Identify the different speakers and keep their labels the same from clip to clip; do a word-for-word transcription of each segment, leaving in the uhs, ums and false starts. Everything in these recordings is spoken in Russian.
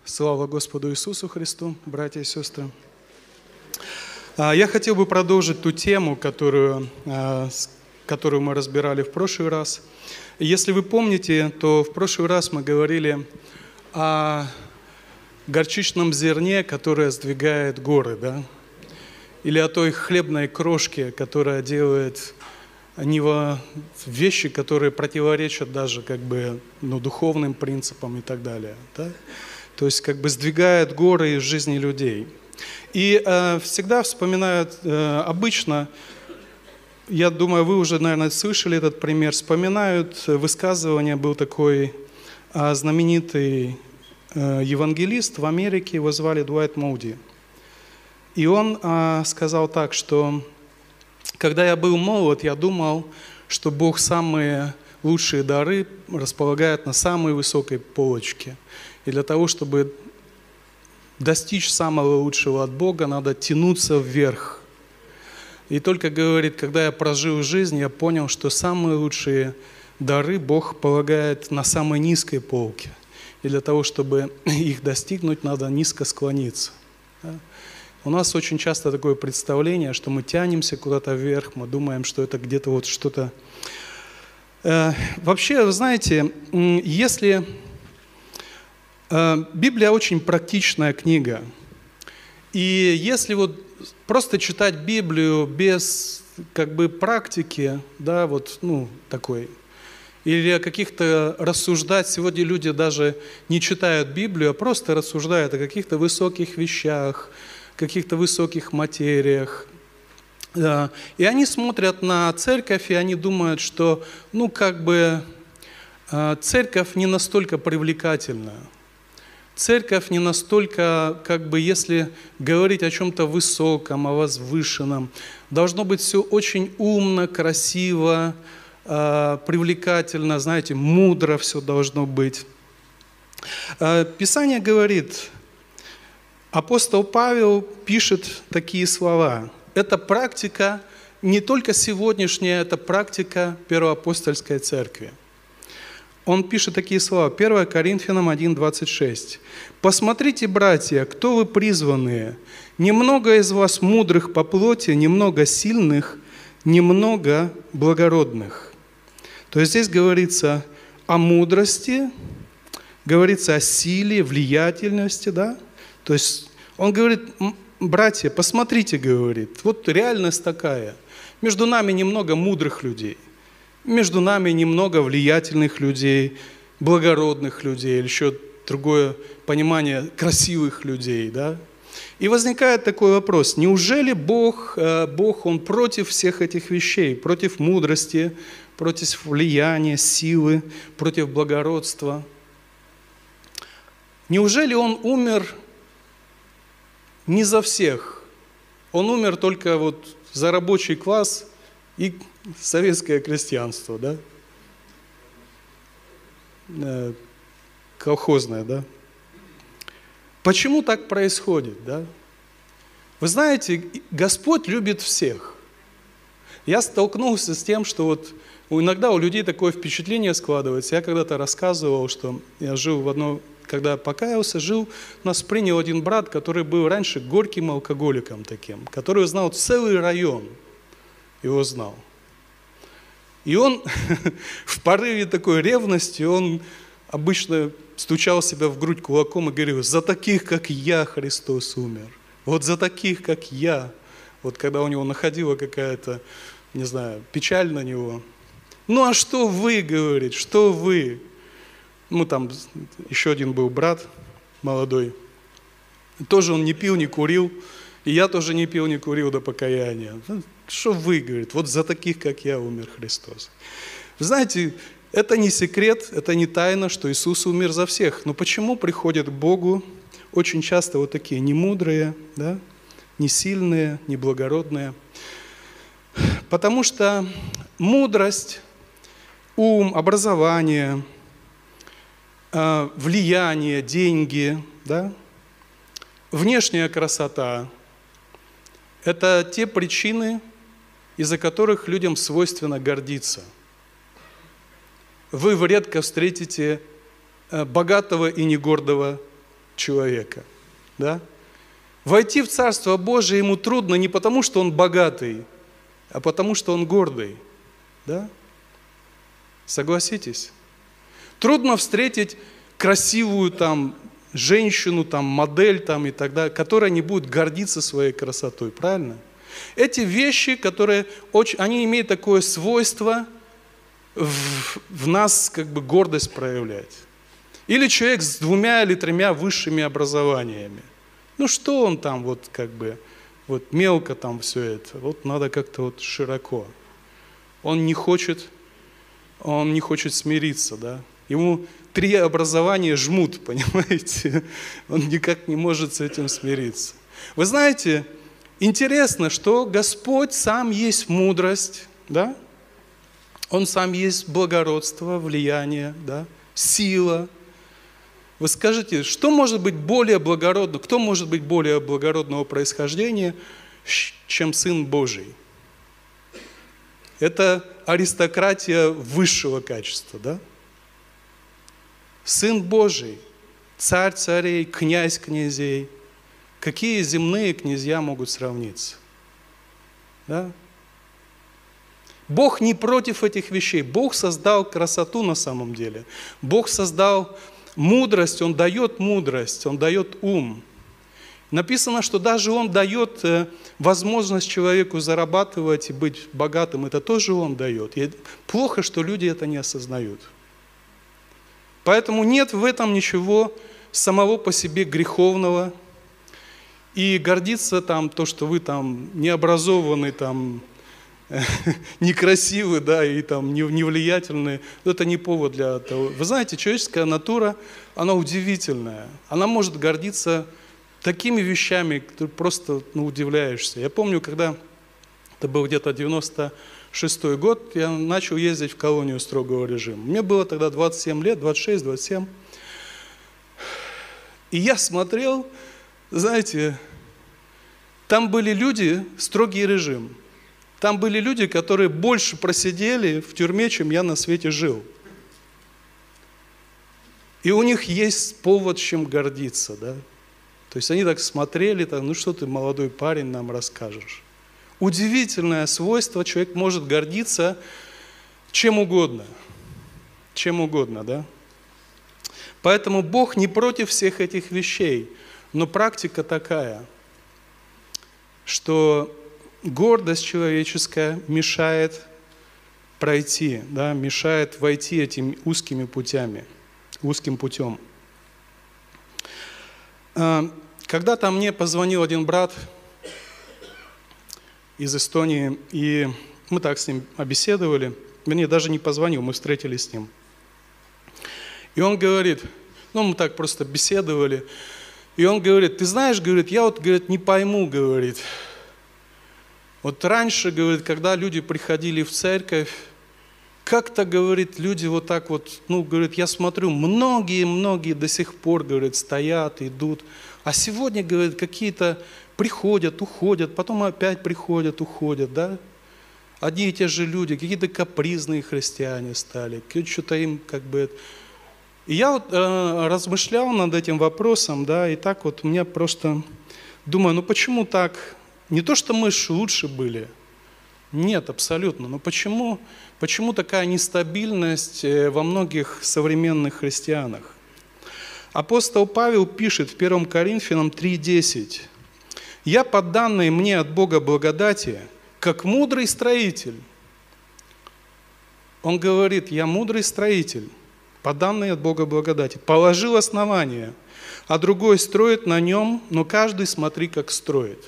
Speaker 1: Слава Господу Иисусу Христу, братья и сестры. Я хотел бы продолжить ту тему, которую, которую мы разбирали в прошлый раз. Если вы помните, то в прошлый раз мы говорили о горчичном зерне, которое сдвигает горы, да? Или о той хлебной крошке, которая делает вещи, которые противоречат даже как бы, ну, духовным принципам и так далее. Да? То есть как бы сдвигает горы из жизни людей. И э, всегда вспоминают, э, обычно, я думаю, вы уже, наверное, слышали этот пример, вспоминают высказывание, был такой э, знаменитый э, евангелист в Америке, его звали Дуайт Моуди. И он э, сказал так, что когда я был молод, я думал, что Бог самые лучшие дары располагает на самой высокой полочке. И для того, чтобы достичь самого лучшего от Бога, надо тянуться вверх. И только, говорит, когда я прожил жизнь, я понял, что самые лучшие дары Бог полагает на самой низкой полке. И для того, чтобы их достигнуть, надо низко склониться. У нас очень часто такое представление, что мы тянемся куда-то вверх, мы думаем, что это где-то вот что-то... Э, вообще, вы знаете, если... Э, Библия очень практичная книга. И если вот просто читать Библию без как бы практики, да, вот, ну, такой, или каких-то рассуждать, сегодня люди даже не читают Библию, а просто рассуждают о каких-то высоких вещах, каких-то высоких материях. И они смотрят на церковь, и они думают, что, ну, как бы, церковь не настолько привлекательна. Церковь не настолько, как бы, если говорить о чем-то высоком, о возвышенном, должно быть все очень умно, красиво, привлекательно, знаете, мудро все должно быть. Писание говорит... Апостол Павел пишет такие слова. Это практика не только сегодняшняя, это практика Первоапостольской церкви. Он пишет такие слова. первое Коринфянам один, двадцать шесть. «Посмотрите, братья, кто вы призванные? Немного из вас мудрых по плоти, немного сильных, немного благородных». То есть здесь говорится о мудрости, говорится о силе, влиятельности, да? То есть он говорит, братья, посмотрите, говорит, вот реальность такая. Между нами немного мудрых людей, между нами немного влиятельных людей, благородных людей, или еще другое понимание красивых людей. Да? И возникает такой вопрос, неужели Бог, Бог, Он против всех этих вещей, против мудрости, против влияния, силы, против благородства? Неужели Он умер не за всех? Он умер только вот за рабочий класс и советское крестьянство, да? Э, колхозное, да? Почему так происходит, да? Вы знаете, Господь любит всех. Я столкнулся с тем, что вот иногда у людей такое впечатление складывается. Я когда-то рассказывал, что я жил в одном... Когда покаялся, жил, нас принял один брат, который был раньше горьким алкоголиком таким, который знал целый район, его знал. И он в порыве такой ревности, он обычно стучал себя в грудь кулаком и говорил, за таких, как я, Христос умер. Вот за таких, как я. Вот когда у него находила какая-то, не знаю, печаль на него. Ну а что вы, говорит, что вы? Ну, там еще один был брат молодой. Тоже он не пил, не курил. И я тоже не пил, не курил до покаяния. Что вы, говорит, вот за таких, как я, умер Христос. Вы знаете, это не секрет, это не тайна, что Иисус умер за всех. Но почему приходят к Богу очень часто вот такие немудрые, да, не сильные, не благородные? Потому что мудрость, ум, образование, влияние, деньги, да? Внешняя красота – это те причины, из-за которых людям свойственно гордиться. Вы редко встретите богатого и негордого человека. Да? Войти в Царство Божие ему трудно не потому, что он богатый, а потому, что он гордый. Да? Согласитесь? Трудно встретить красивую там женщину, там, модель там, и так далее, которая не будет гордиться своей красотой. Правильно? Эти вещи, которые очень, они имеют такое свойство в, в нас как бы гордость проявлять. Или человек с двумя или тремя высшими образованиями. Ну что он там вот как бы, вот мелко там все это, вот надо как-то вот широко. Он не хочет, он не хочет смириться, да. Ему три образования жмут, понимаете? Он никак не может с этим смириться. Вы знаете, интересно, что Господь сам есть мудрость, да? Он сам есть благородство, влияние, да? Сила. Вы скажите, что может быть более благородно, кто может быть более благородного происхождения, чем Сын Божий? Это аристократия высшего качества, да? Сын Божий, царь царей, князь князей. Какие земные князья могут сравниться? Да? Бог не против этих вещей. Бог создал красоту на самом деле. Бог создал мудрость, Он дает мудрость, Он дает ум. Написано, что даже Он дает возможность человеку зарабатывать и быть богатым. Это тоже Он дает. И плохо, что люди это не осознают. Поэтому нет в этом ничего самого по себе греховного. И гордиться там, то, что вы там необразованный, там, некрасивый, да, и там невлиятельный, это не повод для того. Вы знаете, человеческая натура, она удивительная. Она может гордиться такими вещами, которые просто ну, удивляешься. Я помню, когда это был где-то девяносто шестой год, я начал ездить в колонию строгого режима. Мне было тогда двадцать семь лет, двадцать шесть двадцать семь. И я смотрел, знаете, там были люди, строгий режим. Там были люди, которые больше просидели в тюрьме, чем я на свете жил. И у них есть повод, чем гордиться, да? То есть они так смотрели, так, ну что ты, молодой парень, нам расскажешь. Удивительное свойство, человек может гордиться чем угодно. Чем угодно, да? Поэтому Бог не против всех этих вещей. Но практика такая, что гордость человеческая мешает пройти, да, мешает войти этими узкими путями, узким путем. Когда-то мне позвонил один брат из Эстонии, и мы так с ним обеседовали. Мне даже не позвонил, мы встретились с ним. И он говорит, ну мы так просто беседовали, и он говорит, ты знаешь, говорит, я вот, говорит, не пойму, говорит, вот раньше, говорит, когда люди приходили в церковь, как-то, говорит, люди вот так вот, ну, говорит, я смотрю, многие-многие до сих пор, говорит, стоят, идут, а сегодня, говорит, какие-то приходят, уходят, потом опять приходят, уходят, да? Одни и те же люди, какие-то капризные христиане стали, что-то им как бы... И я вот э, размышлял над этим вопросом, да, и так вот у меня просто думаю, ну почему так? Не то, что мы ж лучше были, нет, абсолютно, но почему, почему такая нестабильность во многих современных христианах? Апостол Павел пишет в первом Коринфянам три десять. «Я, по данной мне от Бога благодати, как мудрый строитель». Он говорит, я мудрый строитель, по данной от Бога благодати, положил основание, а другой строит на нем, но каждый смотри, как строит.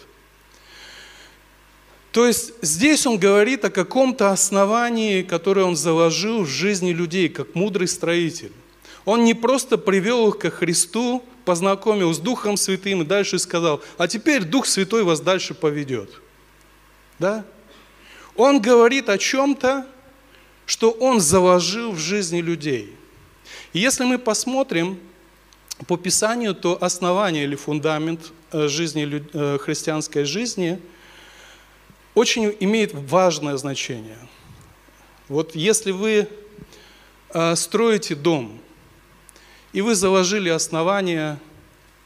Speaker 1: То есть здесь он говорит о каком-то основании, которое он заложил в жизни людей, как мудрый строитель. Он не просто привел их ко Христу, познакомил с Духом Святым и дальше сказал, а теперь Дух Святой вас дальше поведет. Да? Он говорит о чем-то, что он заложил в жизни людей. И если мы посмотрим по Писанию, то основание или фундамент жизни, христианской жизни очень имеет важное значение. Вот если вы строите дом, и вы заложили основание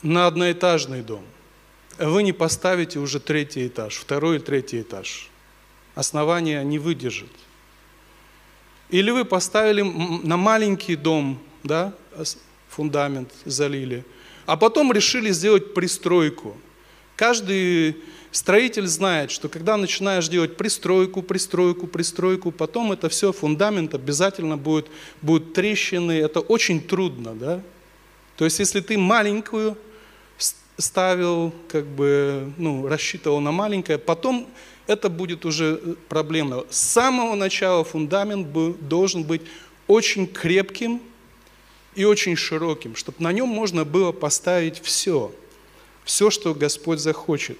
Speaker 1: на одноэтажный дом, вы не поставите уже третий этаж, второй и третий этаж. Основание не выдержит. Или вы поставили на маленький дом, да, фундамент залили, а потом решили сделать пристройку. Каждый строитель знает, что когда начинаешь делать пристройку, пристройку, пристройку, потом это все, фундамент обязательно будет, будут трещины, это очень трудно, да? То есть если ты маленькую ставил, как бы, ну, рассчитывал на маленькое, потом это будет уже проблемно. С самого начала фундамент должен быть очень крепким и очень широким, чтобы на нем можно было поставить все, все, что Господь захочет.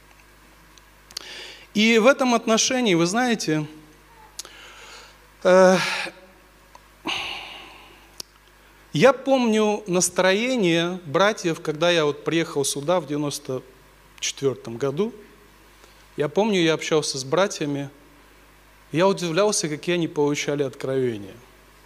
Speaker 1: И в этом отношении, вы знаете, э, я помню настроение братьев, когда я вот приехал сюда в девяносто четвёртом году. Я помню, я общался с братьями, я удивлялся, какие они получали откровения.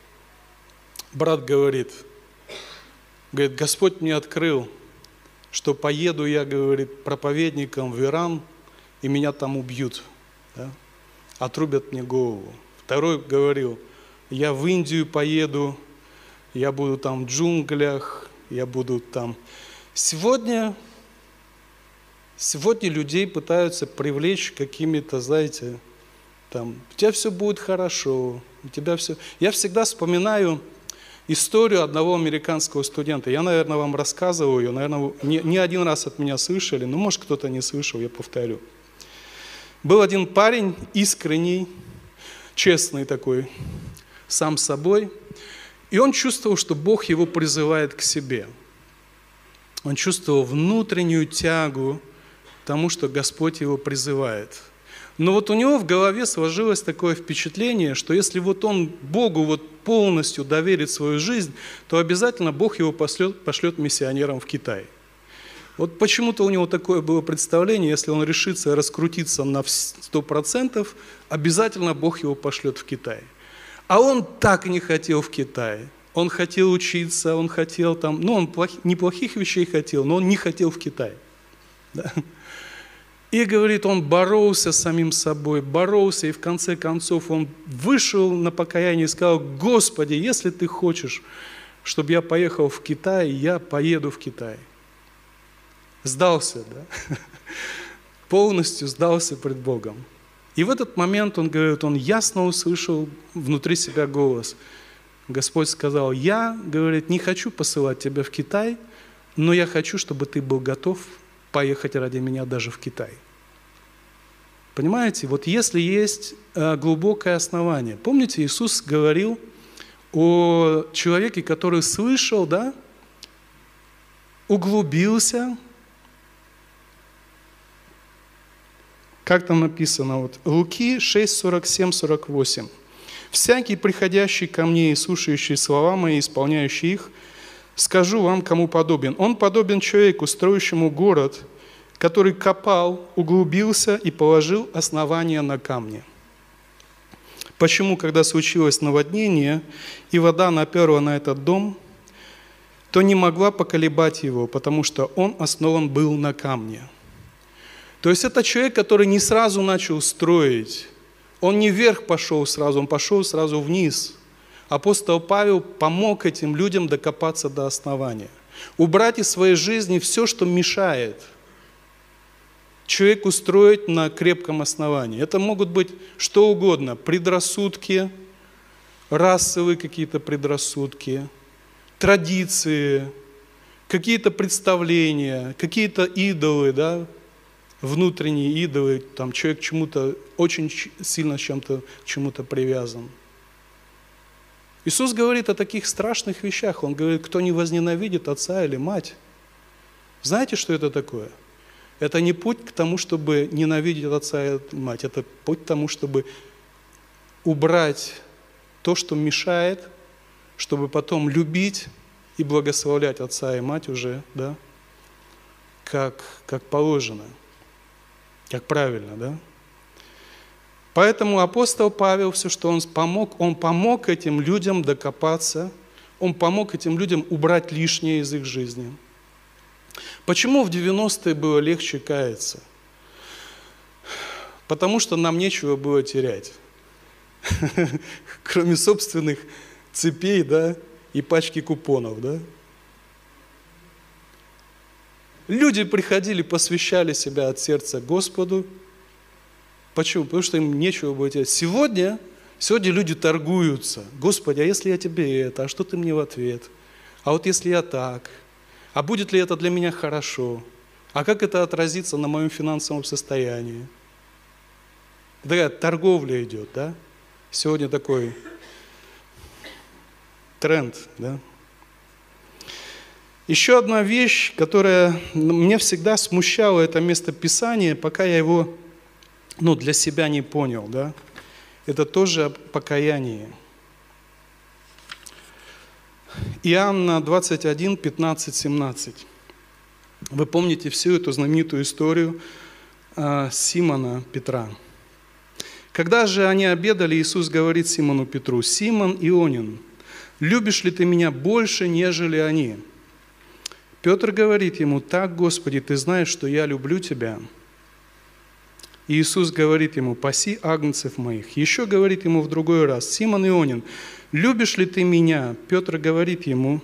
Speaker 1: Брат говорит, говорит, Господь мне открыл, что поеду я, говорит, проповедником в Иран, и меня там убьют, да? Отрубят мне голову. Второй говорил, я в Индию поеду, я буду там в джунглях, я буду там. Сегодня, сегодня людей пытаются привлечь какими-то, знаете, там, у тебя все будет хорошо, у тебя все. Я всегда вспоминаю историю одного американского студента. Я, наверное, вам рассказывал ее, наверное, не, не один раз от меня слышали, но, может, кто-то не слышал, я повторю. Был один парень искренний, честный такой, сам собой, и он чувствовал, что Бог его призывает к себе. Он чувствовал внутреннюю тягу к тому, что Господь его призывает. Но вот у него в голове сложилось такое впечатление, что если вот он Богу вот полностью доверит свою жизнь, то обязательно Бог его пошлет, пошлет миссионером в Китай. Вот почему-то у него такое было представление, если он решится раскрутиться на сто процентов, обязательно Бог его пошлет в Китай. А он так не хотел в Китай. Он хотел учиться, он хотел там, ну он плохих, неплохих вещей хотел, но он не хотел в Китай. Да? И, говорит, он боролся с самим собой, боролся, и в конце концов он вышел на покаяние и сказал, Господи, если ты хочешь, чтобы я поехал в Китай, я поеду в Китай. Сдался, да? Полностью сдался пред Богом. И в этот момент он, говорит, он ясно услышал внутри себя голос. Господь сказал, я, говорит, не хочу посылать тебя в Китай, но я хочу, чтобы ты был готов поехать ради меня даже в Китай. Понимаете, вот если есть глубокое основание. Помните, Иисус говорил о человеке, который слышал, да, углубился. Как там написано? Вот, Луки шесть, сорок семь, сорок восемь. «Всякий, приходящий ко мне и слушающий слова мои, исполняющий их, скажу вам, кому подобен. Он подобен человеку, строящему город, который копал, углубился и положил основание на камне. Почему, когда случилось наводнение, и вода наперла на этот дом, то не могла поколебать его, потому что он основан был на камне». То есть это человек, который не сразу начал строить. Он не вверх пошел сразу, он пошел сразу вниз. Апостол Павел помог этим людям докопаться до основания. Убрать из своей жизни все, что мешает человеку строить на крепком основании. Это могут быть что угодно. Предрассудки, расовые какие-то предрассудки, традиции, какие-то представления, какие-то идолы, да, внутренние идолы, там человек чему-то очень сильно чем-то, к чему-то привязан. Иисус говорит о таких страшных вещах. Он говорит, кто не возненавидит отца или мать. Знаете, что это такое? Это не путь к тому, чтобы ненавидеть отца и мать. Это путь к тому, чтобы убрать то, что мешает, чтобы потом любить и благословлять отца и мать уже, да, как, как положено. Как правильно, да? Поэтому апостол Павел, все, что он помог, он помог этим людям докопаться, он помог этим людям убрать лишнее из их жизни. Почему в девяностые было легче каяться? Потому что нам нечего было терять. Кроме собственных цепей, да, и пачки купонов, да. Люди приходили, посвящали себя от сердца Господу. Почему? Потому что им нечего было терять. Сегодня, сегодня люди торгуются. Господи, а если я тебе это, а что ты мне в ответ? А вот если я так, а будет ли это для меня хорошо? А как это отразится на моем финансовом состоянии? Такая торговля идет, да? Сегодня такой тренд, да? Еще одна вещь, которая меня всегда смущала, это место Писания, пока я его, ну, для себя не понял, да? Это тоже о покаянии. Иоанна двадцать один, пятнадцать, семнадцать. Вы помните всю эту знаменитую историю э, Симона Петра. Когда же они обедали, Иисус говорит Симону Петру: «Симон Ионин, любишь ли ты меня больше, нежели они?» Петр говорит ему: «Так, Господи, ты знаешь, что я люблю тебя». И Иисус говорит ему: «Паси агнцев моих». Еще говорит ему в другой раз: «Симон Ионин, любишь ли ты меня?» Петр говорит ему: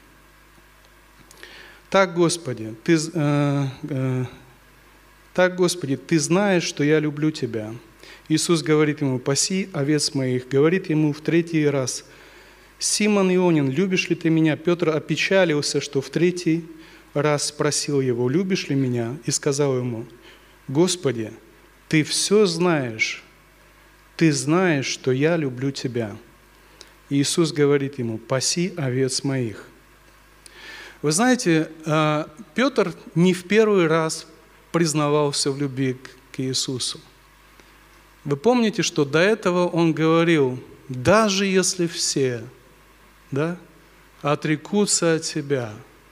Speaker 1: «Так, Господи, ты, э, э, так, Господи, ты знаешь, что я люблю тебя». Иисус говорит ему: «Паси овец моих». Говорит ему в третий раз: «Симон Ионин, любишь ли ты меня?» Петр опечалился, что в третий раз спросил его: «Любишь ли меня?» И сказал ему: «Господи, ты все знаешь, ты знаешь, что я люблю тебя». И Иисус говорит ему: «Паси овец моих». Вы знаете, Петр не в первый раз признавался в любви к Иисусу. Вы помните, что до этого он говорил: «Даже если все, да, отрекутся от тебя,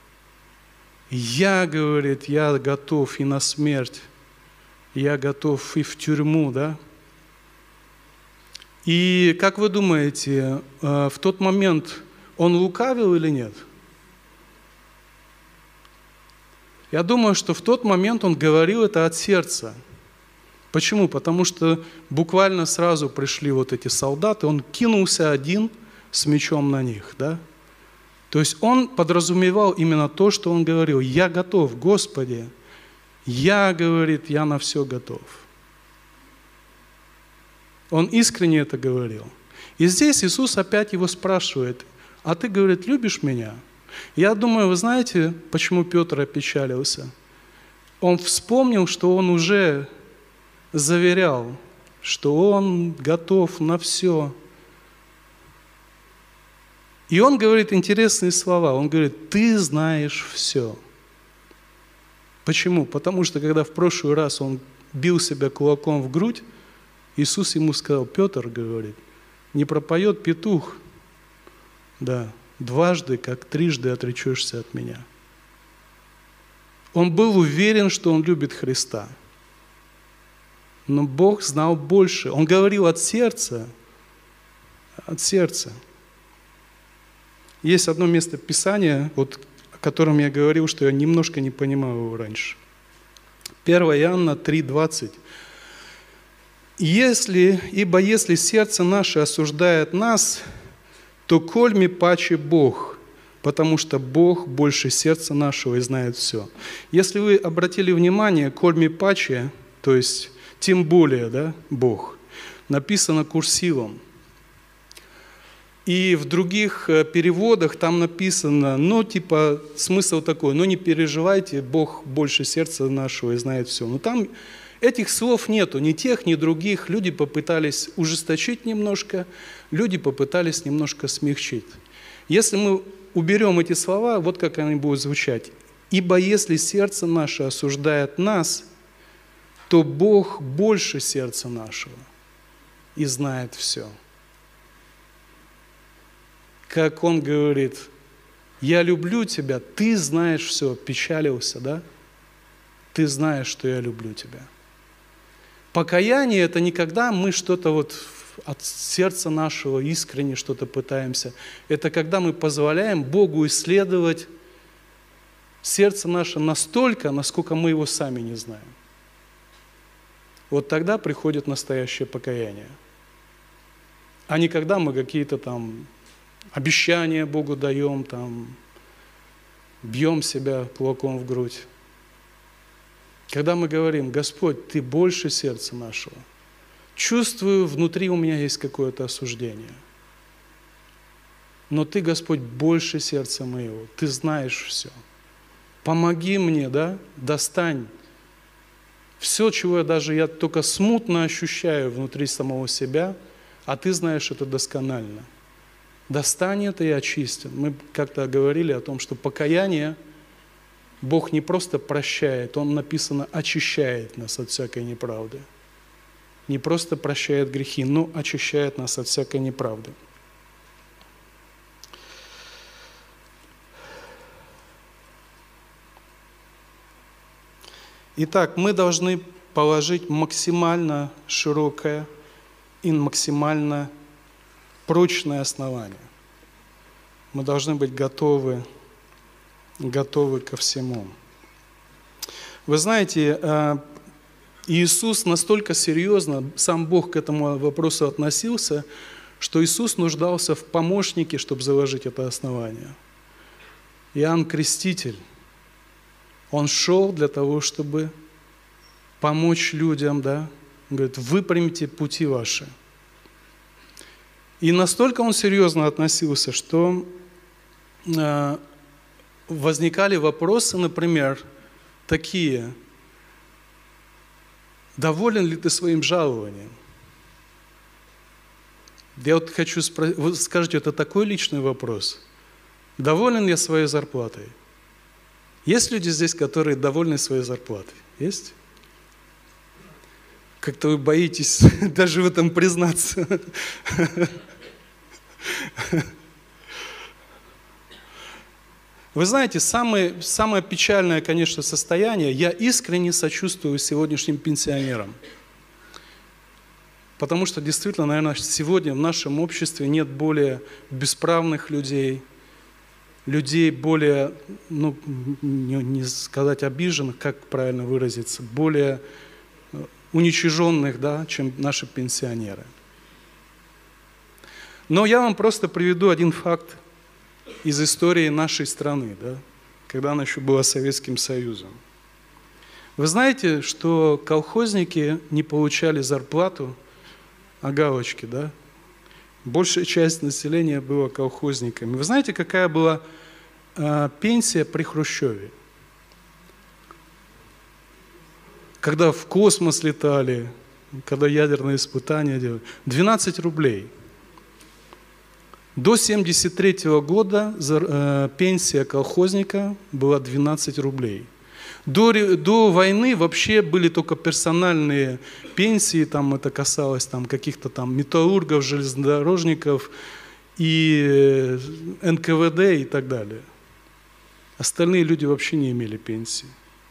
Speaker 1: я, говорит, я готов и на смерть, я готов и в тюрьму», да? И как вы думаете, в тот момент он лукавил или нет? Я думаю, что в тот момент он говорил это от сердца. Почему? Потому что буквально сразу пришли вот эти солдаты, он кинулся один с мечом на них, да? То есть он подразумевал именно то, что он говорил: «Я готов, Господи, я, говорит, я на все готов». Он искренне это говорил. И здесь Иисус опять его спрашивает: «А ты, говорит, любишь меня?» Я думаю, вы знаете, почему Петр опечалился? Он вспомнил, что он уже заверял, что он готов на все. И он говорит интересные слова. Он говорит: «Ты знаешь все». Почему? Потому что когда в прошлый раз он бил себя кулаком в грудь, Иисус ему сказал: «Петр, говорит, не пропоет петух, да, дважды, как трижды отречешься от меня». Он был уверен, что он любит Христа. Но Бог знал больше. Он говорил от сердца, от сердца. Есть одно место Писания, вот, о котором я говорил, что я немножко не понимал его раньше. первое Иоанна три двадцать. «Если, ибо если сердце наше осуждает нас, то кольми паче Бог, потому что Бог больше сердца нашего и знает все». Если вы обратили внимание, кольми паче, то есть тем более, да, Бог, написано курсивом. И в других переводах там написано, ну, типа, смысл такой: «Ну, не переживайте, Бог больше сердца нашего и знает все». Но там этих слов нету, ни тех, ни других. Люди попытались ужесточить немножко, люди попытались немножко смягчить. Если мы уберем эти слова, вот как они будут звучать: «Ибо если сердце наше осуждает нас, то Бог больше сердца нашего и знает все». Как он говорит: «Я люблю тебя, ты знаешь все». Печалился, да? Ты знаешь, что я люблю тебя. Покаяние – это не когда мы что-то вот от сердца нашего искренне что-то пытаемся. Это когда мы позволяем Богу исследовать сердце наше настолько, насколько мы его сами не знаем. Вот тогда приходит настоящее покаяние. А не когда мы какие-то там обещания Богу даем, там, бьем себя кулаком в грудь. Когда мы говорим: Господь, Ты больше сердца нашего. Чувствую, внутри у меня есть какое-то осуждение. Но Ты, Господь, больше сердца моего. Ты знаешь все. Помоги мне, да, достань все, чего я даже я только смутно ощущаю внутри самого себя, а Ты знаешь это досконально. Достань это и очисти. Мы как-то говорили о том, что покаяние Бог не просто прощает, Он, написано, очищает нас от всякой неправды. Не просто прощает грехи, но очищает нас от всякой неправды. Итак, мы должны положить максимально широкое и максимально прочное основание. Мы должны быть готовы, готовы ко всему. Вы знаете, Иисус настолько серьезно, сам Бог к этому вопросу относился, что Иисус нуждался в помощнике, чтобы заложить это основание. Иоанн Креститель, он шел для того, чтобы помочь людям, да? Он говорит: выпрямите пути ваши. И настолько он серьезно относился, что э, возникали вопросы, например, такие: доволен ли ты своим жалованием? Я вот хочу спросить, вы скажете, это такой личный вопрос. Доволен я своей зарплатой? Есть люди здесь, которые довольны своей зарплатой? Есть? Как-то вы боитесь даже в этом признаться. Вы знаете, самое, самое печальное, конечно, состояние, я искренне сочувствую сегодняшним пенсионерам. Потому что действительно, наверное, сегодня в нашем обществе нет более бесправных людей, людей более, ну, не, не сказать обиженных, как правильно выразиться, более уничиженных, да, чем наши пенсионеры. Но я вам просто приведу один факт из истории нашей страны, да, когда она еще была Советским Союзом. Вы знаете, что колхозники не получали зарплату, а галочки, да? Большая часть населения была колхозниками. Вы знаете, какая была э, пенсия при Хрущеве? Когда в космос летали, когда ядерные испытания делали, двенадцать рублей. До семьдесят третьего года э, пенсия колхозника была двенадцать рублей. До, до войны вообще были только персональные пенсии, там это касалось там, каких-то там металлургов, железнодорожников и эн ка вэ дэ и так далее. Остальные люди вообще не имели пенсии.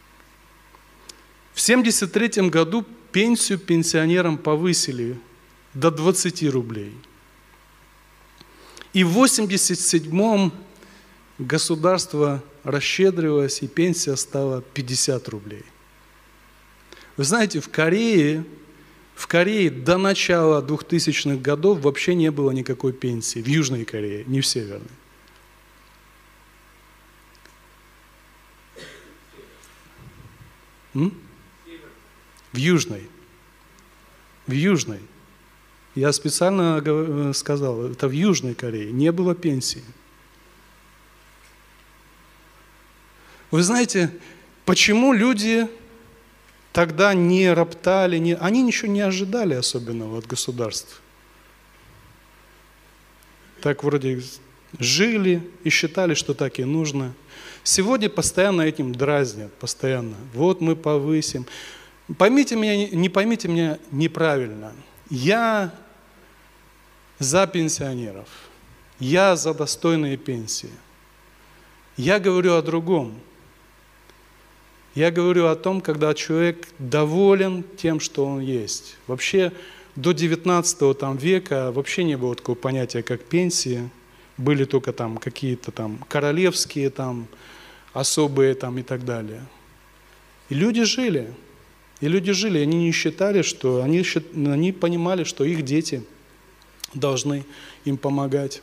Speaker 1: В семьдесят третьем году пенсию пенсионерам повысили до двадцати рублей. И в восемьдесят седьмом государство расщедрилось, и пенсия стала пятьдесят рублей. Вы знаете, в Корее, в Корее до начала двухтысячных годов вообще не было никакой пенсии. В Южной Корее, не в Северной. М? В Южной. В Южной. Я специально сказал, это в Южной Корее не было пенсии. Вы знаете, почему люди тогда не роптали, не, они ничего не ожидали особенного от государства. Так вроде жили и считали, что так и нужно. Сегодня постоянно этим дразнят, постоянно. Вот мы повысим. Поймите меня, не поймите меня неправильно. Я за пенсионеров. Я за достойные пенсии. Я говорю о другом. Я говорю о том, когда человек доволен тем, что он есть. Вообще до девятнадцатого там, века вообще не было такого понятия, как пенсии. Были только там какие-то там королевские там, особые там и так далее. И люди жили. И люди жили, они не считали, что... Они, они понимали, что их дети должны им помогать.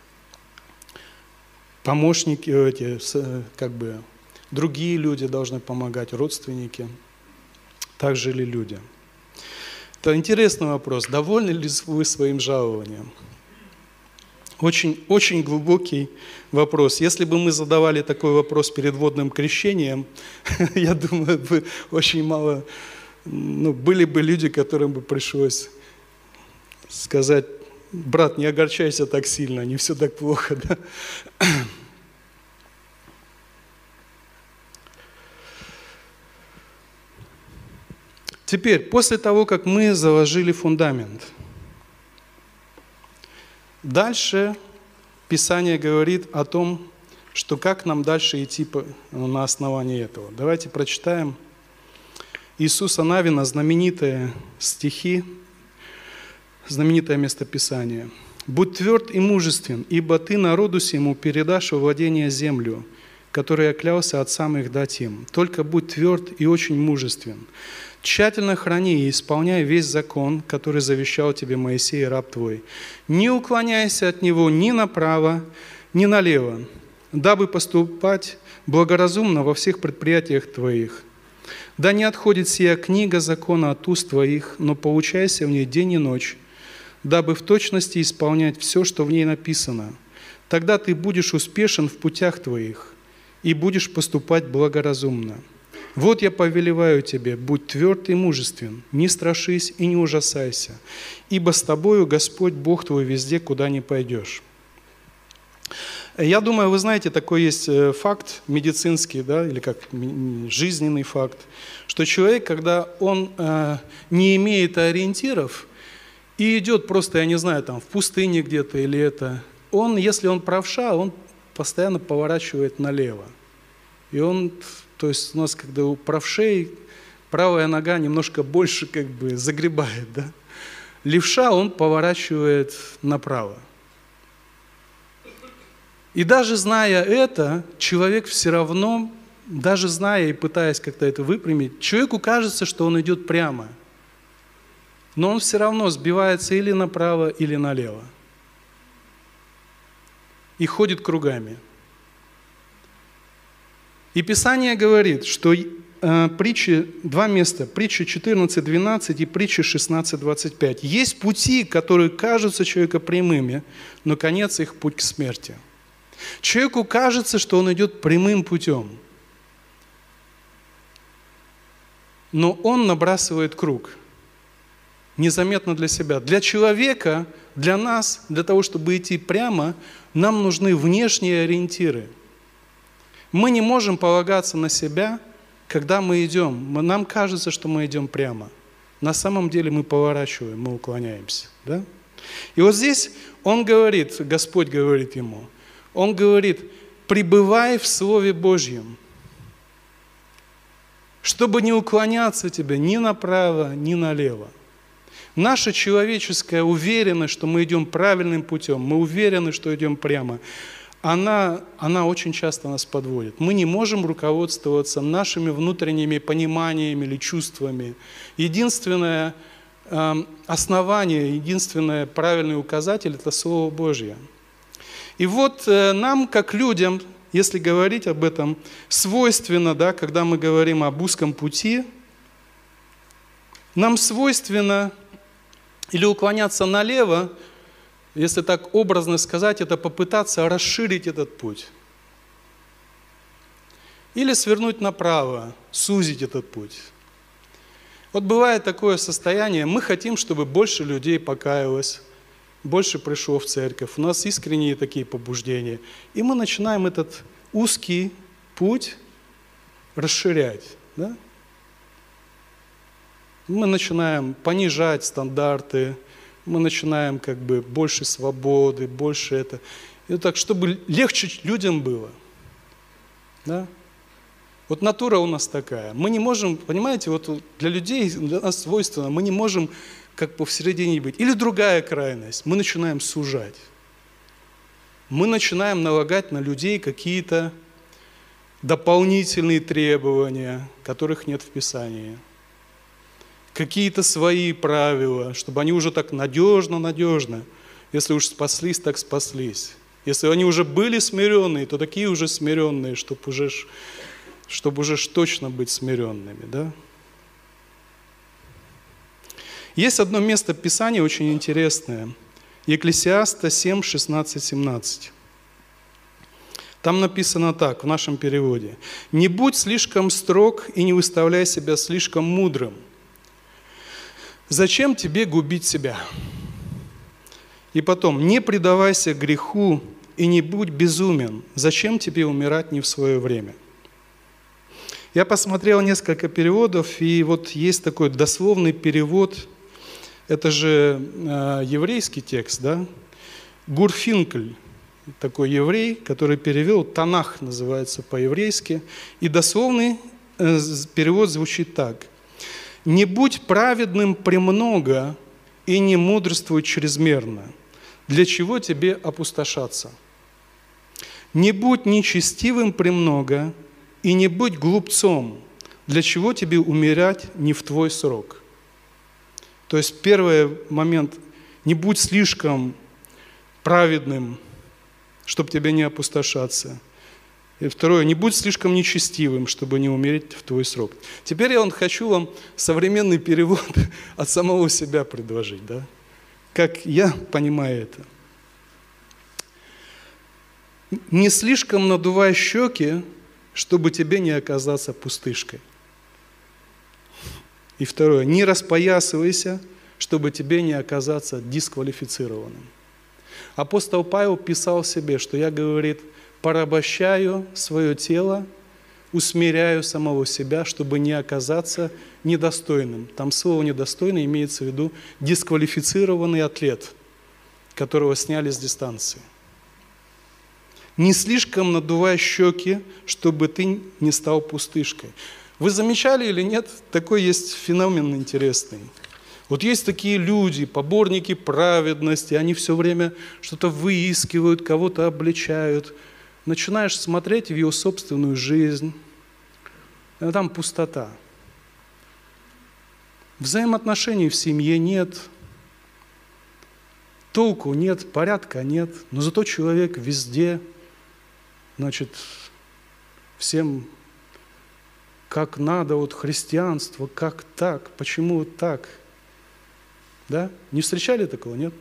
Speaker 1: Помощники эти, как бы, другие люди должны помогать, родственники. Так жили люди. Это интересный вопрос. Довольны ли вы своим жалованием? Очень, очень глубокий вопрос. Если бы мы задавали такой вопрос перед водным крещением, я думаю, бы очень мало, ну, были бы люди, которым бы пришлось сказать: брат, не огорчайся так сильно, не все так плохо. Да? Теперь, после того, как мы заложили фундамент, дальше Писание говорит о том, что как нам дальше идти на основании этого. Давайте прочитаем Иисуса Навина, знаменитые стихи, знаменитое местописание. «Будь тверд и мужествен, ибо ты народу сему передашь во владение землю, которую я клялся отцам их дать им. Только будь тверд и очень мужествен. Тщательно храни и исполняй весь закон, который завещал тебе Моисей, раб твой. Не уклоняйся от него ни направо, ни налево, дабы поступать благоразумно во всех предприятиях твоих. Да не отходит сия книга закона от уст твоих, но поучайся в ней день и ночь, дабы в точности исполнять все, что в ней написано. Тогда ты будешь успешен в путях твоих и будешь поступать благоразумно. Вот я повелеваю тебе, будь тверд и мужествен, не страшись и не ужасайся, ибо с тобою Господь Бог твой везде, куда ни пойдешь». Я думаю, вы знаете, такой есть факт медицинский, да, или как жизненный факт, что человек, когда он э, не имеет ориентиров и идет просто, я не знаю, там в пустыне где-то или это, он, если он правша, он постоянно поворачивает налево. И он... То есть у нас, когда у правшей правая нога немножко больше как бы загребает, да? Левша, он поворачивает направо. И даже зная это, человек все равно, даже зная и пытаясь как-то это выпрямить, человеку кажется, что он идет прямо. Но он все равно сбивается или направо, или налево. И ходит кругами. И Писание говорит, что э, притчи, два места, притча четырнадцать двенадцать и притча шестнадцать двадцать пять. Есть пути, которые кажутся человеку прямыми, но конец их путь к смерти. Человеку кажется, что он идет прямым путем, но он набрасывает круг, незаметно для себя. Для человека, для нас, для того, чтобы идти прямо, нам нужны внешние ориентиры. Мы не можем полагаться на себя, когда мы идем. Нам кажется, что мы идем прямо. На самом деле мы поворачиваем, мы уклоняемся. Да? И вот здесь он говорит, Господь говорит ему, он говорит: пребывай в Слове Божьем, чтобы не уклоняться тебе ни направо, ни налево. Наша человеческая уверенность, что мы идем правильным путем, мы уверены, что идем прямо, Она, она очень часто нас подводит. Мы не можем руководствоваться нашими внутренними пониманиями или чувствами. Единственное э, основание, единственный правильный указатель – это Слово Божье. И вот э, нам, как людям, если говорить об этом, свойственно, да, когда мы говорим об узком пути, нам свойственно или уклоняться налево, если так образно сказать, это попытаться расширить этот путь. Или свернуть направо, сузить этот путь. Вот бывает такое состояние, мы хотим, чтобы больше людей покаялось, больше пришло в церковь, у нас искренние такие побуждения. И мы начинаем этот узкий путь расширять. Да? Мы начинаем понижать стандарты, мы начинаем как бы больше свободы, больше это. И так, чтобы легче людям было. Да? Вот натура у нас такая. Мы не можем, понимаете, вот для людей, для нас свойственно, мы не можем как бы в середине быть. Или другая крайность. Мы начинаем сужать. Мы начинаем налагать на людей какие-то дополнительные требования, которых нет в Писании, какие-то свои правила, чтобы они уже так надежно-надежно, если уж спаслись, так спаслись. Если они уже были смиренные, то такие уже смиренные, чтобы уже, чтобы уже точно быть смиренными. Да? Есть одно место Писания очень интересное. Екклесиаста семь, шестнадцать, семнадцать. Там написано так, в нашем переводе. «Не будь слишком строг и не выставляй себя слишком мудрым. Зачем тебе губить себя?» И потом, «Не предавайся греху и не будь безумен. Зачем тебе умирать не в свое время?» Я посмотрел несколько переводов, и вот есть такой дословный перевод. Это же э, еврейский текст, да? Гурфинкль, такой еврей, который перевел, Танах называется по-еврейски. И дословный э, перевод звучит так. «Не будь праведным премного и не мудрствуй чрезмерно. Для чего тебе опустошаться? Не будь нечестивым премного и не будь глупцом. Для чего тебе умирать не в твой срок?» То есть первый момент – не будь слишком праведным, чтобы тебе не опустошаться. И второе – не будь слишком нечестивым, чтобы не умереть в твой срок. Теперь я хочу вам современный перевод от самого себя предложить, да? Как я понимаю это. «Не слишком надувай щеки, чтобы тебе не оказаться пустышкой». И второе, не распоясывайся, чтобы тебе не оказаться дисквалифицированным. Апостол Павел писал себе, что я, говорит, порабощаю свое тело, усмиряю самого себя, чтобы не оказаться недостойным. Там слово «недостойный» имеется в виду дисквалифицированный атлет, которого сняли с дистанции. Не слишком надувай щеки, чтобы ты не стал пустышкой. Вы замечали или нет, такой есть феномен интересный. Вот есть такие люди, поборники праведности, они все время что-то выискивают, кого-то обличают. Начинаешь смотреть в его собственную жизнь, а там пустота. Взаимоотношений в семье нет, толку нет, порядка нет, но зато человек везде, значит, всем как надо, вот христианство, как так, почему вот так? Да? Не встречали такого, нет?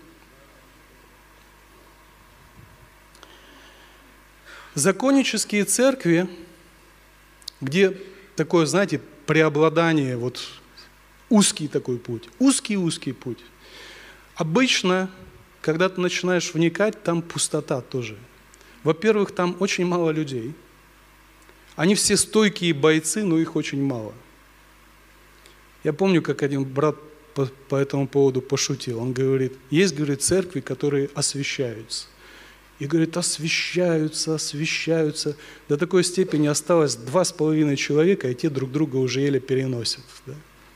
Speaker 1: Законнические церкви, где такое, знаете, преобладание, вот узкий такой путь, узкий-узкий путь. Обычно, когда ты начинаешь вникать, там пустота тоже. Во-первых, там очень мало людей. Они все стойкие бойцы, но их очень мало. Я помню, как один брат по, по этому поводу пошутил. Он говорит, есть, говорит, церкви, которые освящаются. И, говорит, освящаются, освящаются. До такой степени осталось два с половиной человека, и те друг друга уже еле переносят. Да?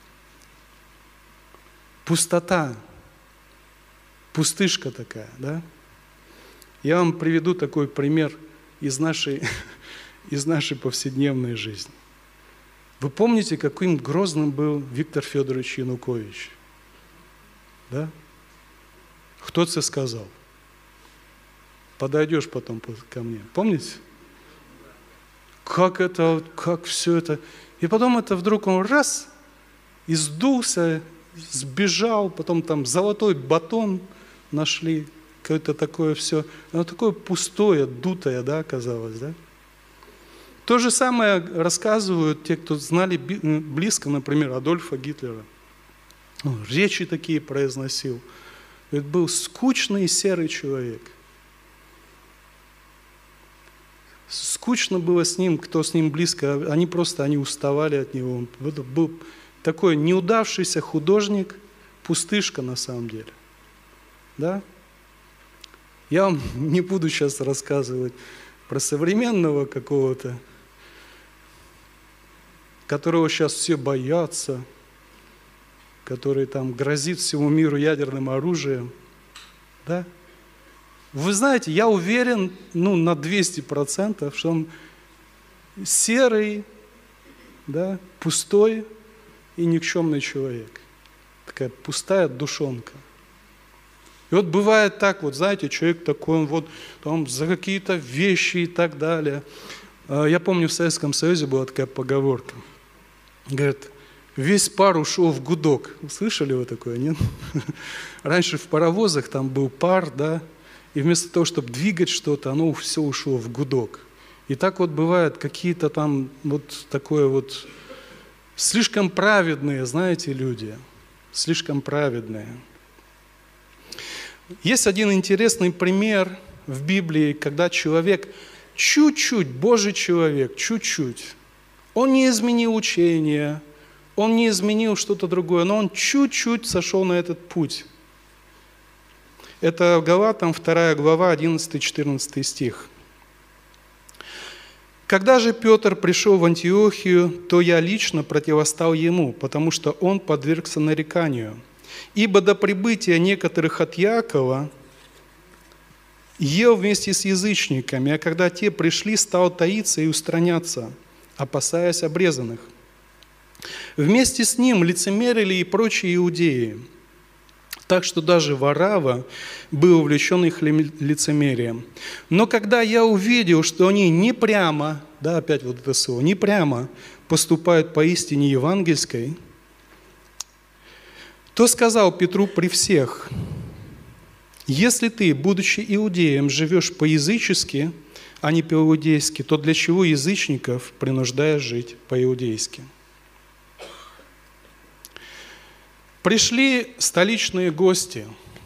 Speaker 1: Пустота. Пустышка такая, да? Я вам приведу такой пример из нашей... из нашей повседневной жизни. Вы помните, каким грозным был Виктор Федорович Янукович? Да? Кто это сказал? Подойдешь потом ко мне. Помните? Как это, как все это. И потом это вдруг он раз, и сдулся, сбежал, потом там золотой батон нашли, какое-то такое все. Оно такое пустое, дутое, да, оказалось, да? То же самое рассказывают те, кто знали близко, например, Адольфа Гитлера. Он речи такие произносил. Это был скучный и серый человек. Скучно было с ним, кто с ним близко, они просто они уставали от него. Это был такой неудавшийся художник, пустышка на самом деле. Да? Я вам не буду сейчас рассказывать про современного какого-то, которого сейчас все боятся, который там грозит всему миру ядерным оружием. Да? Вы знаете, я уверен ну, на двести процентов, что он серый, да, пустой и никчемный человек. Такая пустая душонка. И вот бывает так, вот знаете, человек такой, он вот там за какие-то вещи и так далее. Я помню, в Советском Союзе была такая поговорка. Говорит, весь пар ушел в гудок. Слышали вы такое, нет? Раньше в паровозах там был пар, да, и вместо того, чтобы двигать что-то, оно все ушло в гудок. И так вот бывает какие-то там вот такое вот слишком праведные, знаете, люди, слишком праведные. Есть один интересный пример в Библии, когда человек чуть-чуть, Божий человек, чуть-чуть, он не изменил учение, он не изменил что-то другое, но он чуть-чуть сошел на этот путь. Это Галатам вторая глава, одиннадцатый-четырнадцатый стих. «Когда же Петр пришел в Антиохию, то я лично противостал ему, потому что он подвергся нареканию. Ибо до прибытия некоторых от Иакова ел вместе с язычниками, а когда те пришли, стал таиться и устраняться, опасаясь обрезанных. Вместе с ним лицемерили и прочие иудеи, так что даже Варава был увлечен их лицемерием. Но когда я увидел, что они не прямо, да, опять вот это слово, не прямо поступают по истине евангельской, то сказал Петру при всех: если ты, будучи иудеем, живешь по-язычески, а не по-иудейски, то для чего язычников принуждаешь жить по-иудейски? Пришли столичные гости,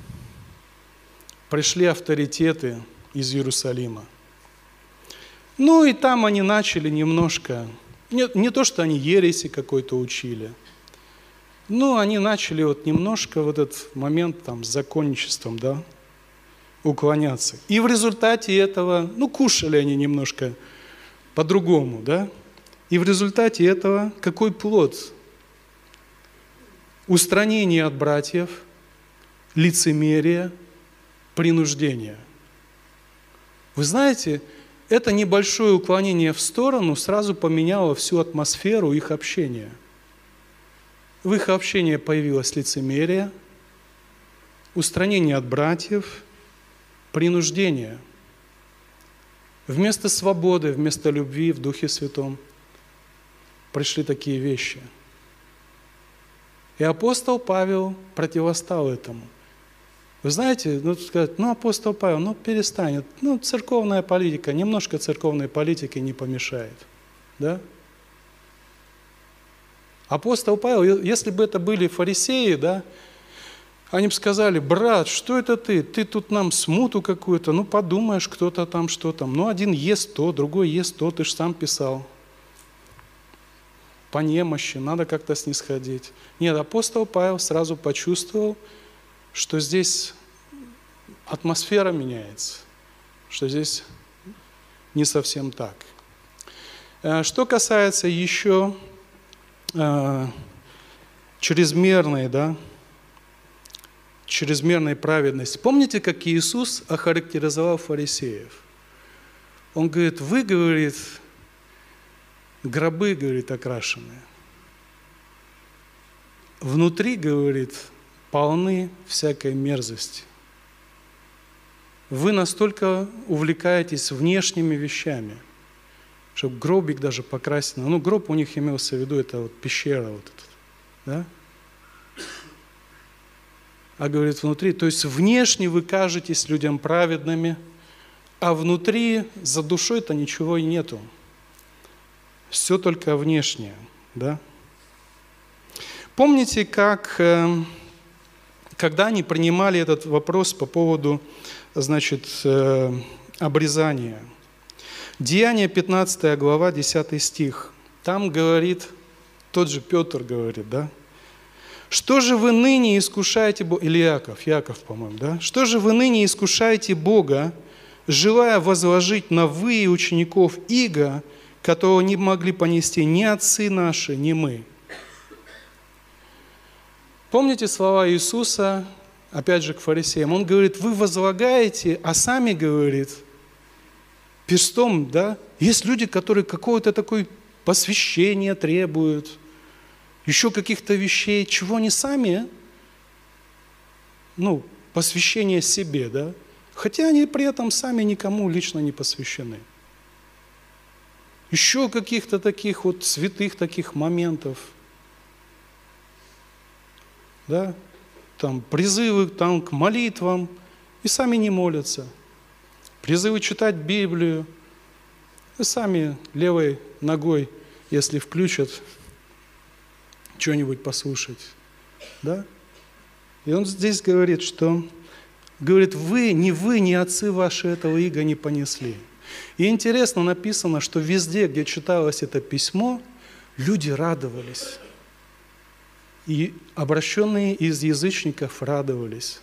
Speaker 1: пришли авторитеты из Иерусалима. Ну и там они начали немножко, не, не то, что они ереси какой-то учили, но они начали вот немножко в этот момент там с законничеством, да, уклоняться. И в результате этого, ну кушали они немножко по-другому, да, и в результате этого какой плод? Устранение от братьев, лицемерие, принуждение. Вы знаете, это небольшое уклонение в сторону сразу поменяло всю атмосферу их общения. В их общении появилось лицемерие, устранение от братьев, принуждение. Вместо свободы, вместо любви в Духе Святом пришли такие вещи. И апостол Павел противостал этому. Вы знаете, ну, сказать, ну, апостол Павел, ну, перестань. Ну, церковная политика, немножко церковной политики не помешает. Да? Апостол Павел, если бы это были фарисеи, да, они бы сказали: брат, что это ты? Ты тут нам смуту какую-то, ну, подумаешь, кто-то там, что там. Ну, один ест то, другой ест то, ты же сам писал. По немощи, надо как-то снисходить. Нет, апостол Павел сразу почувствовал, что здесь атмосфера меняется, что здесь не совсем так. Что касается еще э, чрезмерной, да, чрезмерной праведности. Помните, как Иисус охарактеризовал фарисеев? Он говорит: вы, говорит, гробы, говорит, окрашенные. Внутри, говорит, полны всякой мерзости. Вы настолько увлекаетесь внешними вещами, что гробик даже покрасен. Ну, гроб у них имелся в виду, это вот пещера вот эта, да? А говорит, внутри, то есть внешне вы кажетесь людям праведными, а внутри за душой-то ничего и нету. Все только внешнее, да? Помните, как, когда они принимали этот вопрос по поводу, значит, обрезания? Деяния пятнадцатая глава, десятый стих. Там говорит, тот же Петр говорит, да? Что же вы ныне искушаете Бога, или Иаков, Иаков, по-моему, да? Что же вы ныне искушаете Бога, желая возложить на вы и учеников иго, которого не могли понести ни отцы наши, ни мы? Помните слова Иисуса, опять же, к фарисеям? Он говорит, вы возлагаете, а сами, говорит, перстом, да, Есть люди, которые какое-то такое посвящение требуют, еще каких-то вещей, чего они сами, ну, посвящение себе, да? Хотя они при этом сами никому лично не посвящены. Еще каких-то таких вот святых таких моментов, да? Там призывы там, к молитвам, и сами не молятся. Призывы читать Библию, и сами левой ногой, если включат, что-нибудь послушать. Да? И он здесь говорит, что говорит, вы, ни вы, ни отцы ваши этого ига не понесли. И интересно написано, что везде, где читалось это письмо, люди радовались. И обращенные из язычников радовались.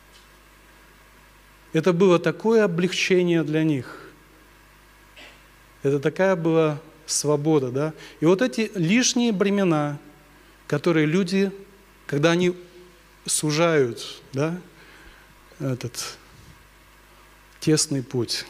Speaker 1: Это было такое облегчение для них. Это такая была свобода, да? И вот эти лишние бремена, которые люди, когда они сужают, да, этот тесный путь.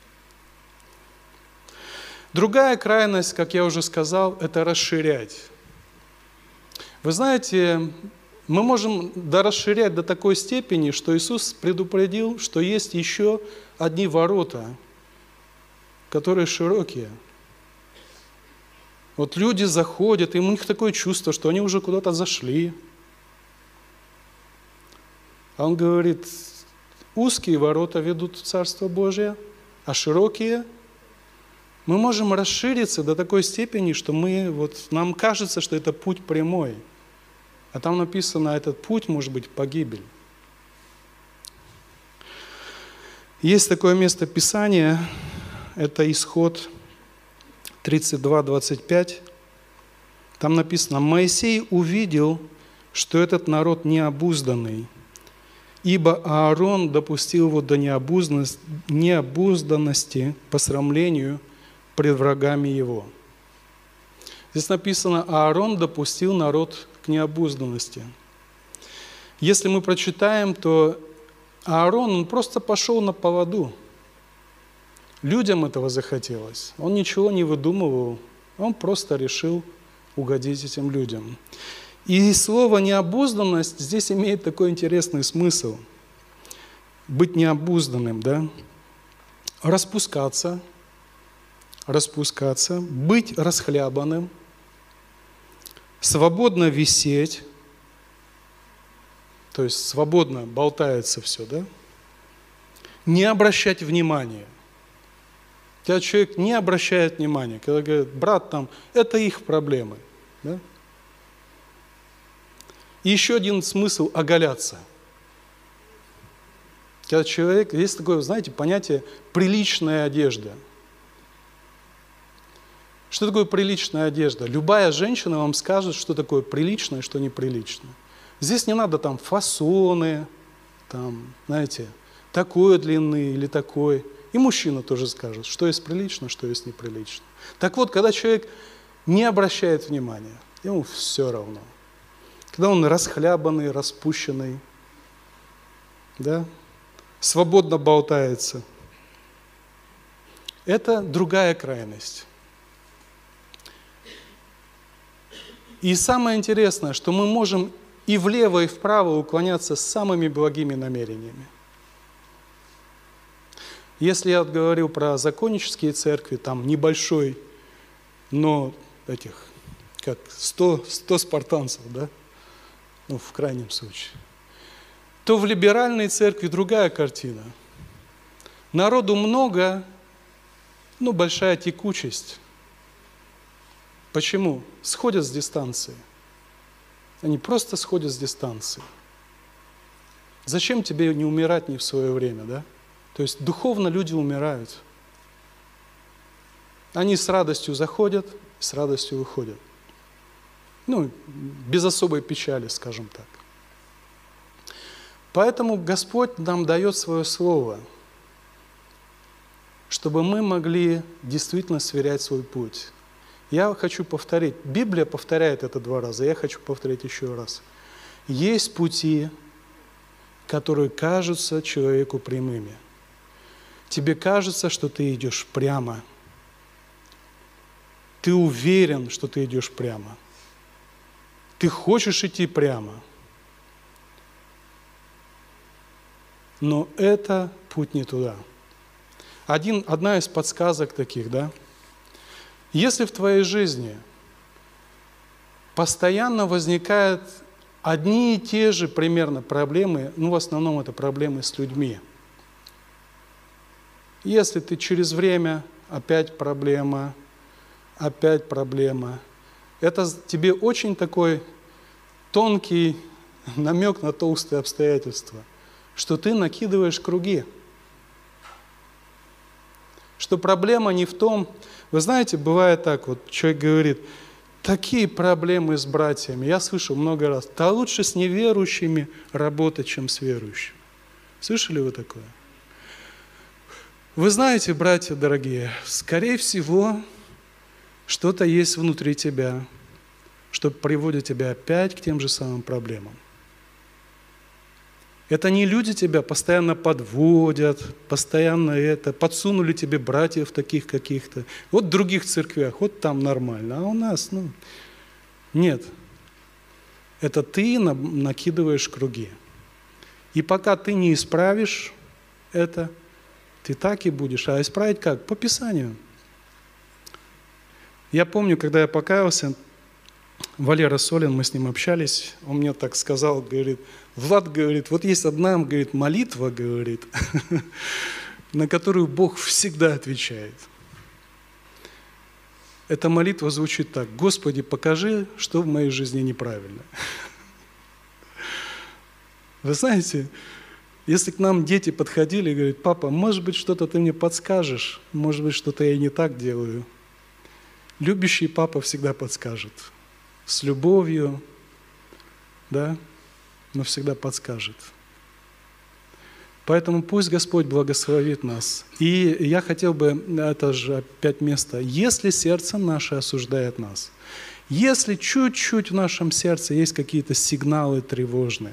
Speaker 1: Другая крайность, как я уже сказал, это расширять. Вы знаете, мы можем расширять до такой степени, что Иисус предупредил, что есть еще одни ворота, которые широкие. Вот люди заходят, и у них такое чувство, что они уже куда-то зашли. А он говорит, узкие ворота ведут в Царство Божие, а широкие мы можем расшириться до такой степени, что мы, вот, нам кажется, что это путь прямой. А там написано, этот путь может быть погибель. Есть такое место Писания, это Исход тридцать два двадцать пять. Там написано, Моисей увидел, что этот народ необузданный, ибо Аарон допустил его до необузданности, необузданности посрамлению пред врагами его. Здесь написано, Аарон допустил народ к необузданности. Если мы прочитаем, то Аарон, он просто пошел на поводу. Людям этого захотелось. Он ничего не выдумывал, он просто решил угодить этим людям. И слово «необузданность» здесь имеет такой интересный смысл. Быть необузданным, да? Распускаться, распускаться, быть расхлябанным, свободно висеть, то есть свободно болтается все, да? Не обращать внимания. Когда человек не обращает внимания, когда говорит, брат, там, это их проблемы. Да? И еще один смысл – оголяться. Когда человек, есть такое, знаете, понятие «приличная одежда». Что такое приличная одежда? Любая женщина вам скажет, что такое приличное, что неприличное. Здесь не надо там фасоны, там, знаете, такой длины или такой. И мужчина тоже скажет, что есть прилично, что есть неприлично. Так вот, когда человек не обращает внимания, ему все равно. Когда он расхлябанный, распущенный, да, свободно болтается, это другая крайность. И самое интересное, что мы можем и влево, и вправо уклоняться с самыми благими намерениями. Если я говорил про законнические церкви, там небольшой, но этих, как сто, сто спартанцев, да, ну, в крайнем случае, то в либеральной церкви другая картина. Народу много, ну, большая текучесть. Почему? Сходят с дистанции. Они просто сходят с дистанции. Зачем тебе не умирать не в свое время, да? То есть духовно люди умирают. Они с радостью заходят, с радостью выходят. Ну, без особой печали, скажем так. Поэтому Господь нам дает свое слово, чтобы мы могли действительно сверять свой путь. Я хочу повторить, Библия повторяет это два раза, я хочу повторить еще раз. Есть пути, которые кажутся человеку прямыми. Тебе кажется, что ты идешь прямо, Ты уверен, что ты идешь прямо. Ты хочешь идти прямо. Но это путь не туда. Один, одна из подсказок таких, да? Если в твоей жизни постоянно возникают одни и те же примерно проблемы, ну, в основном это проблемы с людьми. Если ты через время опять проблема, опять проблема, это тебе очень такой тонкий намек на толстые обстоятельства, что ты накидываешь круги. Что проблема не в том, вы знаете, бывает так, вот человек говорит, такие проблемы с братьями. Я слышал много раз, да лучше с неверующими работать, чем с верующими. Слышали вы такое? Вы знаете, братья дорогие, скорее всего, что-то есть внутри тебя, что приводит тебя опять к тем же самым проблемам. Это не люди тебя постоянно подводят, постоянно это, подсунули тебе братьев таких каких-то. Вот в других церквях, вот там нормально, а у нас, ну, нет. Это ты накидываешь круги. И пока ты не исправишь это, ты так и будешь. А исправить как? По Писанию. Я помню, когда я покаялся, Валера Солин, мы с ним общались, он мне так сказал, говорит, Влад, говорит, вот есть одна, говорит, молитва, говорит, на которую Бог всегда отвечает. Эта молитва звучит так: Господи, покажи, что в моей жизни неправильно. Вы знаете, если к нам дети подходили и говорят, папа, может быть, что-то ты мне подскажешь, может быть, что-то я не так делаю. Любящий папа всегда подскажет. С любовью, да, но всегда подскажет. Поэтому пусть Господь благословит нас. И я хотел бы, это же опять место, если сердце наше осуждает нас, если чуть-чуть в нашем сердце есть какие-то сигналы тревожные,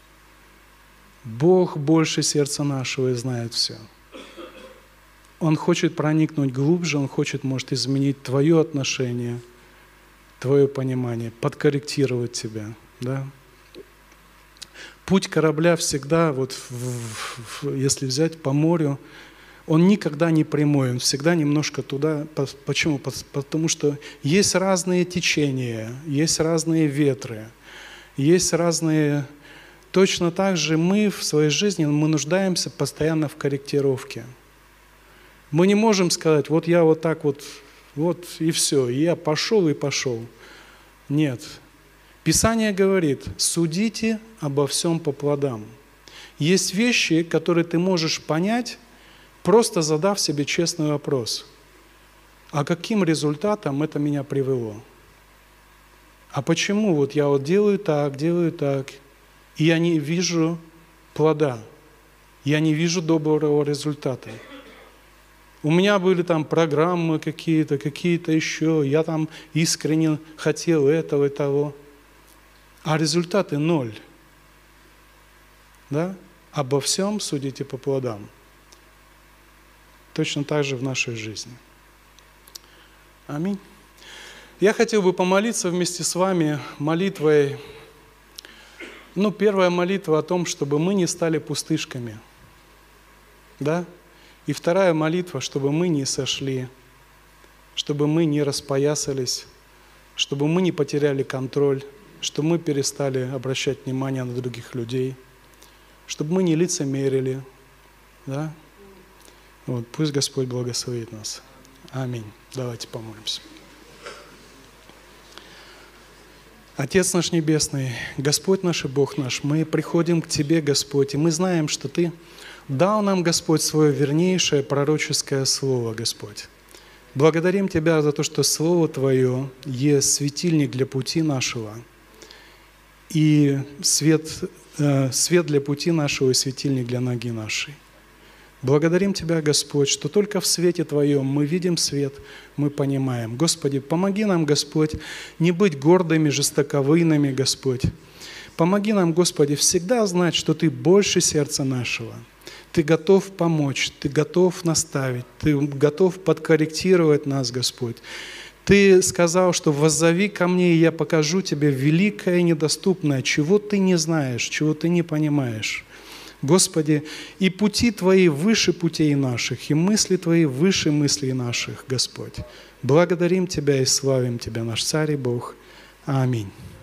Speaker 1: Бог больше сердца нашего и знает все. Он хочет проникнуть глубже, Он хочет, может, изменить твое отношение, твое понимание, подкорректировать тебя. Да? Путь корабля всегда, вот, в, в, если взять по морю, он никогда не прямой, он всегда немножко туда. Почему? Потому что есть разные течения, есть разные ветры, есть разные... Точно так же мы в своей жизни, мы нуждаемся постоянно в корректировке. Мы не можем сказать, вот я вот так вот, вот и все, и я пошел и пошел. Нет. Писание говорит, судите обо всем по плодам. Есть вещи, которые ты можешь понять, просто задав себе честный вопрос. А каким результатом это меня привело? А почему вот я вот делаю так, делаю так, и я не вижу плода, я не вижу доброго результата? У меня были там программы какие-то, какие-то еще, я там искренне хотел этого и того, а результаты ноль. Да? Обо всем судите по плодам. Точно так же в нашей жизни. Аминь. Я хотел бы помолиться вместе с вами молитвой. Ну, первая молитва о том, чтобы мы не стали пустышками. Да? И вторая молитва, чтобы мы не сошли, чтобы мы не распоясались, чтобы мы не потеряли контроль, чтобы мы перестали обращать внимание на других людей, чтобы мы не лицемерили. Да? Вот, пусть Господь благословит нас. Аминь. Давайте помолимся. Отец наш Небесный, Господь наш и Бог наш, мы приходим к Тебе, Господь, и мы знаем, что Ты дал нам, Господь, свое вернейшее пророческое слово, Господь. Благодарим Тебя за то, что Слово Твое есть светильник для пути нашего, и свет, э, свет для пути нашего и светильник для ноги нашей. Благодарим Тебя, Господь, что только в свете Твоем мы видим свет, мы понимаем. Господи, помоги нам, Господь, не быть гордыми, жестоковыйными, Господь. Помоги нам, Господи, всегда знать, что Ты больше сердца нашего. Ты готов помочь, Ты готов наставить, Ты готов подкорректировать нас, Господь. Ты сказал, что «воззови ко мне, и я покажу тебе великое и недоступное, чего ты не знаешь, чего ты не понимаешь». Господи, и пути Твои выше путей наших, и мысли Твои выше мыслей наших, Господь. Благодарим Тебя и славим Тебя, наш Царь и Бог. Аминь.